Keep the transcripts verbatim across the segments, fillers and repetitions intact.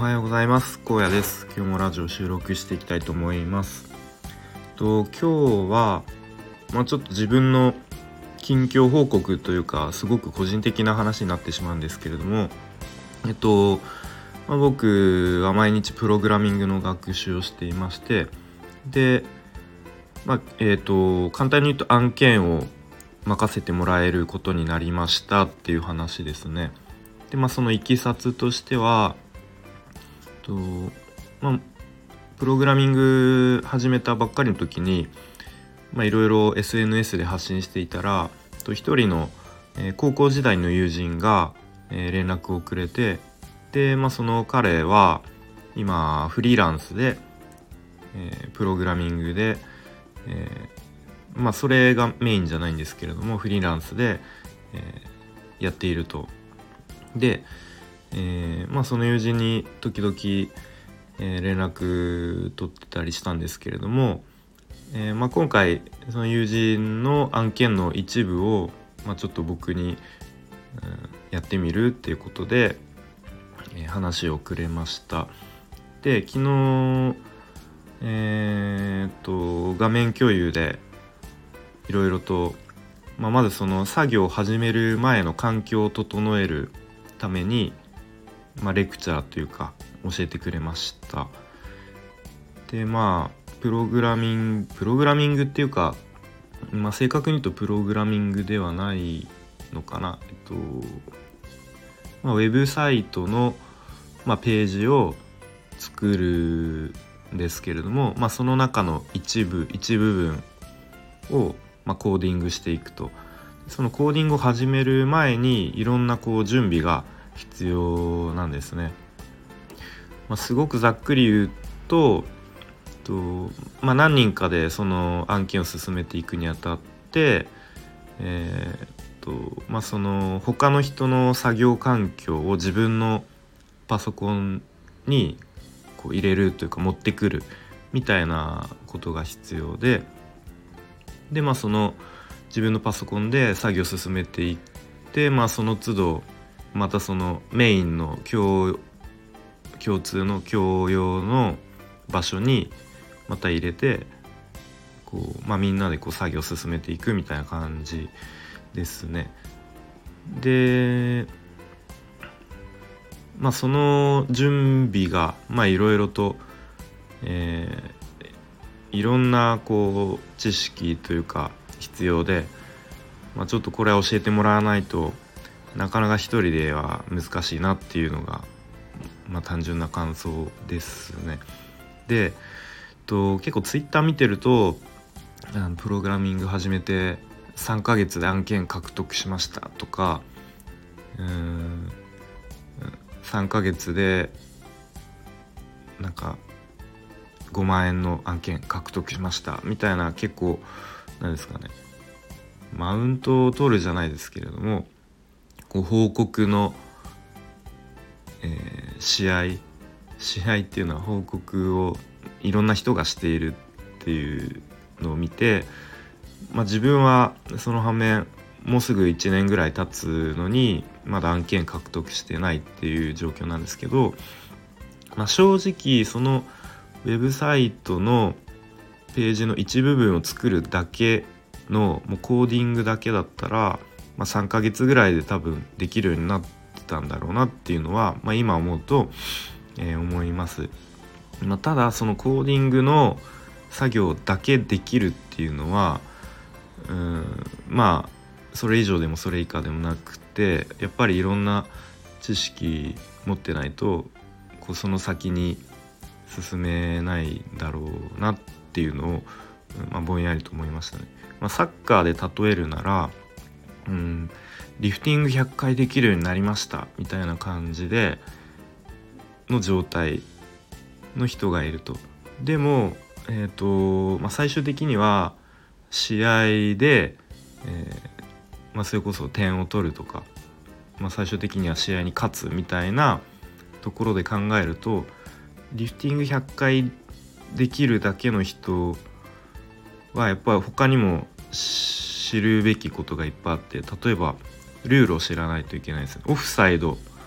おはようございます。荒野です。今日もラジオ収録していきたいと思います。と今日は、まあ、ちょっと自分の近況報告というかすごく個人的な話になってしまうんですけれども、えっと、まあ、僕は毎日プログラミングの学習をしていまして、で、まあえっと、簡単に言うと案件を任せてもらえることになりましたっていう話ですね。で、まあ、そのいきさつとしてはと、まあ、プログラミング始めたばっかりの時にいろいろ エスエヌエス で発信していたらと一人の、えー、高校時代の友人が、えー、連絡をくれて、で、まあ、その彼は今フリーランスで、えー、プログラミングで、えー、まあそれがメインじゃないんですけれどもフリーランスで、えー、やっていると。で、えーまあ、その友人に時々、えー、連絡取ってたりしたんですけれども、えーまあ、今回その友人の案件の一部を、まあ、ちょっと僕に、うん、やってみるっていうことで、えー、話をくれました。で、昨日えー、っと画面共有でいろいろと、まあ、まずその作業を始める前の環境を整えるために、まあ、レクチャーというか教えてくれました。で、まあプログラミングプログラミングっていうか、まあ、正確に言うとプログラミングではないのかな、えっとまあ、ウェブサイトの、まあ、ページを作るんですけれども、まあ、その中の一部一部分を、まあ、コーディングしていくと。そのコーディングを始める前にいろんなこう準備が必要なんですね。まあ、すごくざっくり言うと、とまあ、何人かでその案件を進めていくにあたって、えーとまあ、その他の人の作業環境を自分のパソコンにこう入れるというか持ってくるみたいなことが必要で、で、まあ、その自分のパソコンで作業を進めていって、まあ、その都度またそのメインの共共通の共用の場所にまた入れてこう、まあ、みんなでこう作業を進めていくみたいな感じですね。で、まあ、その準備がまあいろいろと、えー、いろんなこう知識というか必要で、まあ、ちょっとこれは教えてもらわないとなかなか一人では難しいなっていうのが、まあ、単純な感想ですね。で、と結構ツイッター見てるとあのプログラミング始めてさんかげつで案件獲得しましたとか、うーんさんかげつでなんかごまん円の案件獲得しましたみたいな、結構何ですかね、マウントを取るじゃないですけれどもこう報告の、えー、試合試合っていうのは報告をいろんな人がしているっていうのを見て、まあ、自分はその反面もうすぐいちねんぐらい経つのにまだ案件獲得してないっていう状況なんですけど、まあ、正直そのウェブサイトのページの一部分を作るだけのもうコーディングだけだったら、まあ、さんかげつぐらいで多分できるようになってたんだろうなっていうのは、まあ、今思うと、えー、思います。まあ、ただそのコーディングの作業だけできるっていうのはうーんまあそれ以上でもそれ以下でもなくて、やっぱりいろんな知識持ってないとこうその先に進めないだろうなっていうのを、まあ、ぼんやりと思いましたね。まあ、サッカーで例えるならうんリフティングひゃっかいできるようになりましたみたいな感じでの状態の人がいると。でも、えーとまあ、最終的には試合で、えーまあ、それこそ点を取るとか、まあ、最終的には試合に勝つみたいなところで考えるとリフティングひゃっかいできるだけの人はやっぱり他にも知るべきことがいっぱいあって、例えばルールを知らないといけないですね。オフサイド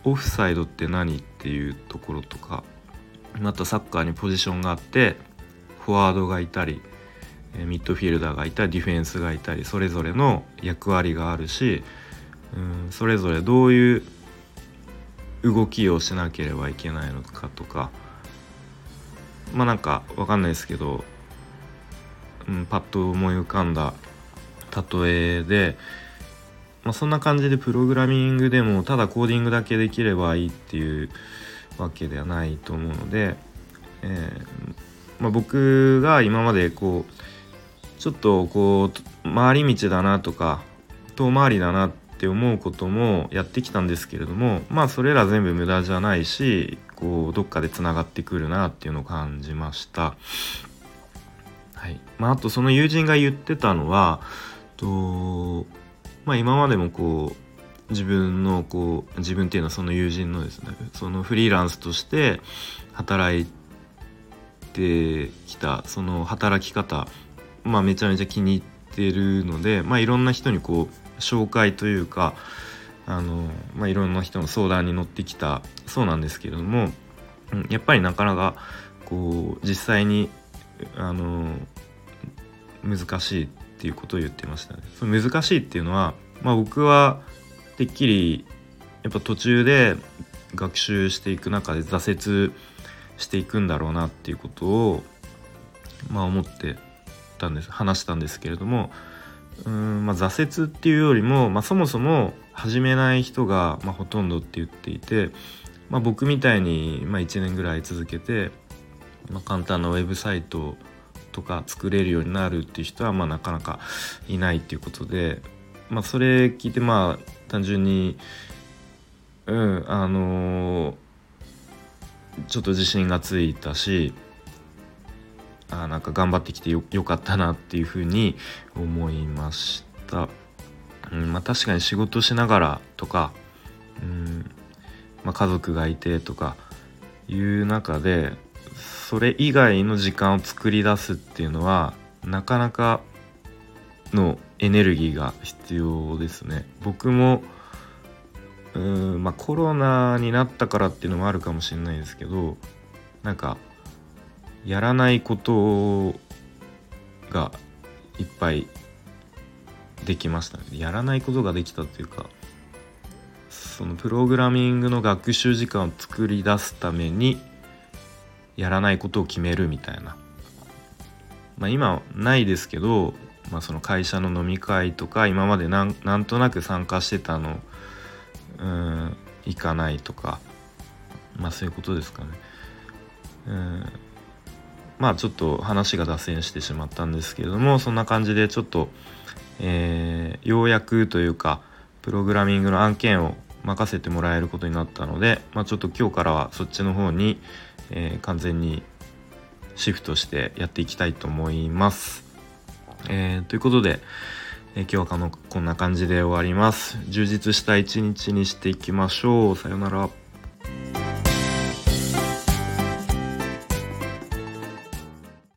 オフサイドって何っていうところとか、またサッカーにポジションがあってフォワードがいたりミッドフィルダーがいたりディフェンスがいたり、それぞれの役割があるし、うん、それぞれどういう動きをしなければいけないのかとか、まあなんかわかんないですけど、うん、パッと思い浮かんだ例えで、まあ、そんな感じでプログラミングでもただコーディングだけできればいいっていうわけではないと思うので、えーまあ、僕が今までこうちょっとこう回り道だなとか遠回りだなって思うこともやってきたんですけれども、まあそれら全部無駄じゃないし、こうどっかでつながってくるなっていうのを感じました。はいまあ、あとその友人が言ってたのはと、まあ、今までもこう自分のこう自分っていうのはその友人のですね、そのフリーランスとして働いてきたその働き方、まあ、めちゃめちゃ気に入ってるので、まあ、いろんな人にこう紹介というかあの、まあ、いろんな人の相談に乗ってきたそうなんですけれども、やっぱりなかなかこう実際にあの難しいっていうことを言ってましたね。その難しいっていうのは、まあ、僕はてっきりやっぱ途中で学習していく中で挫折していくんだろうなっていうことを、まあ、思ってたんです話したんですけれども、うーん、まあ、挫折っていうよりも、まあ、そもそも始めない人が、まあ、ほとんどって言っていて、まあ、僕みたいに、まあ、いちねんぐらい続けて、まあ、簡単なウェブサイトとか作れるようになるっていう人は、まあ、なかなかいないっていうことで、まあ、それ聞いてまあ単純にうんあのー、ちょっと自信がついたし、あなんか頑張ってきて よ, よかったなっていうふうに思いました。うんまあ、確かに仕事しながらとか、うんまあ、家族がいてとかいう中でそれ以外の時間を作り出すっていうのはなかなかのエネルギーが必要ですね。僕もうーん、まあ、コロナになったからっていうのもあるかもしれないですけど、なんかやらないことがいっぱいできましたね。やらないことができたっていうか、そのプログラミングの学習時間を作り出すためにやらないことを決めるみたいな、まあ、今ないですけど、まあ、その会社の飲み会とか今までなん、なんとなく参加してたのうん行かないとか、まあそういうことですかね。うんまあちょっと話が脱線してしまったんですけれども、そんな感じでちょっと、えー、ようやくというかプログラミングの案件を任せてもらえることになったので、まあ、ちょっと今日からはそっちの方に、えー、完全にシフトしてやっていきたいと思います。えー、ということで、えー、今日はこのこんな感じで終わります。充実した一日にしていきましょう。さよなら。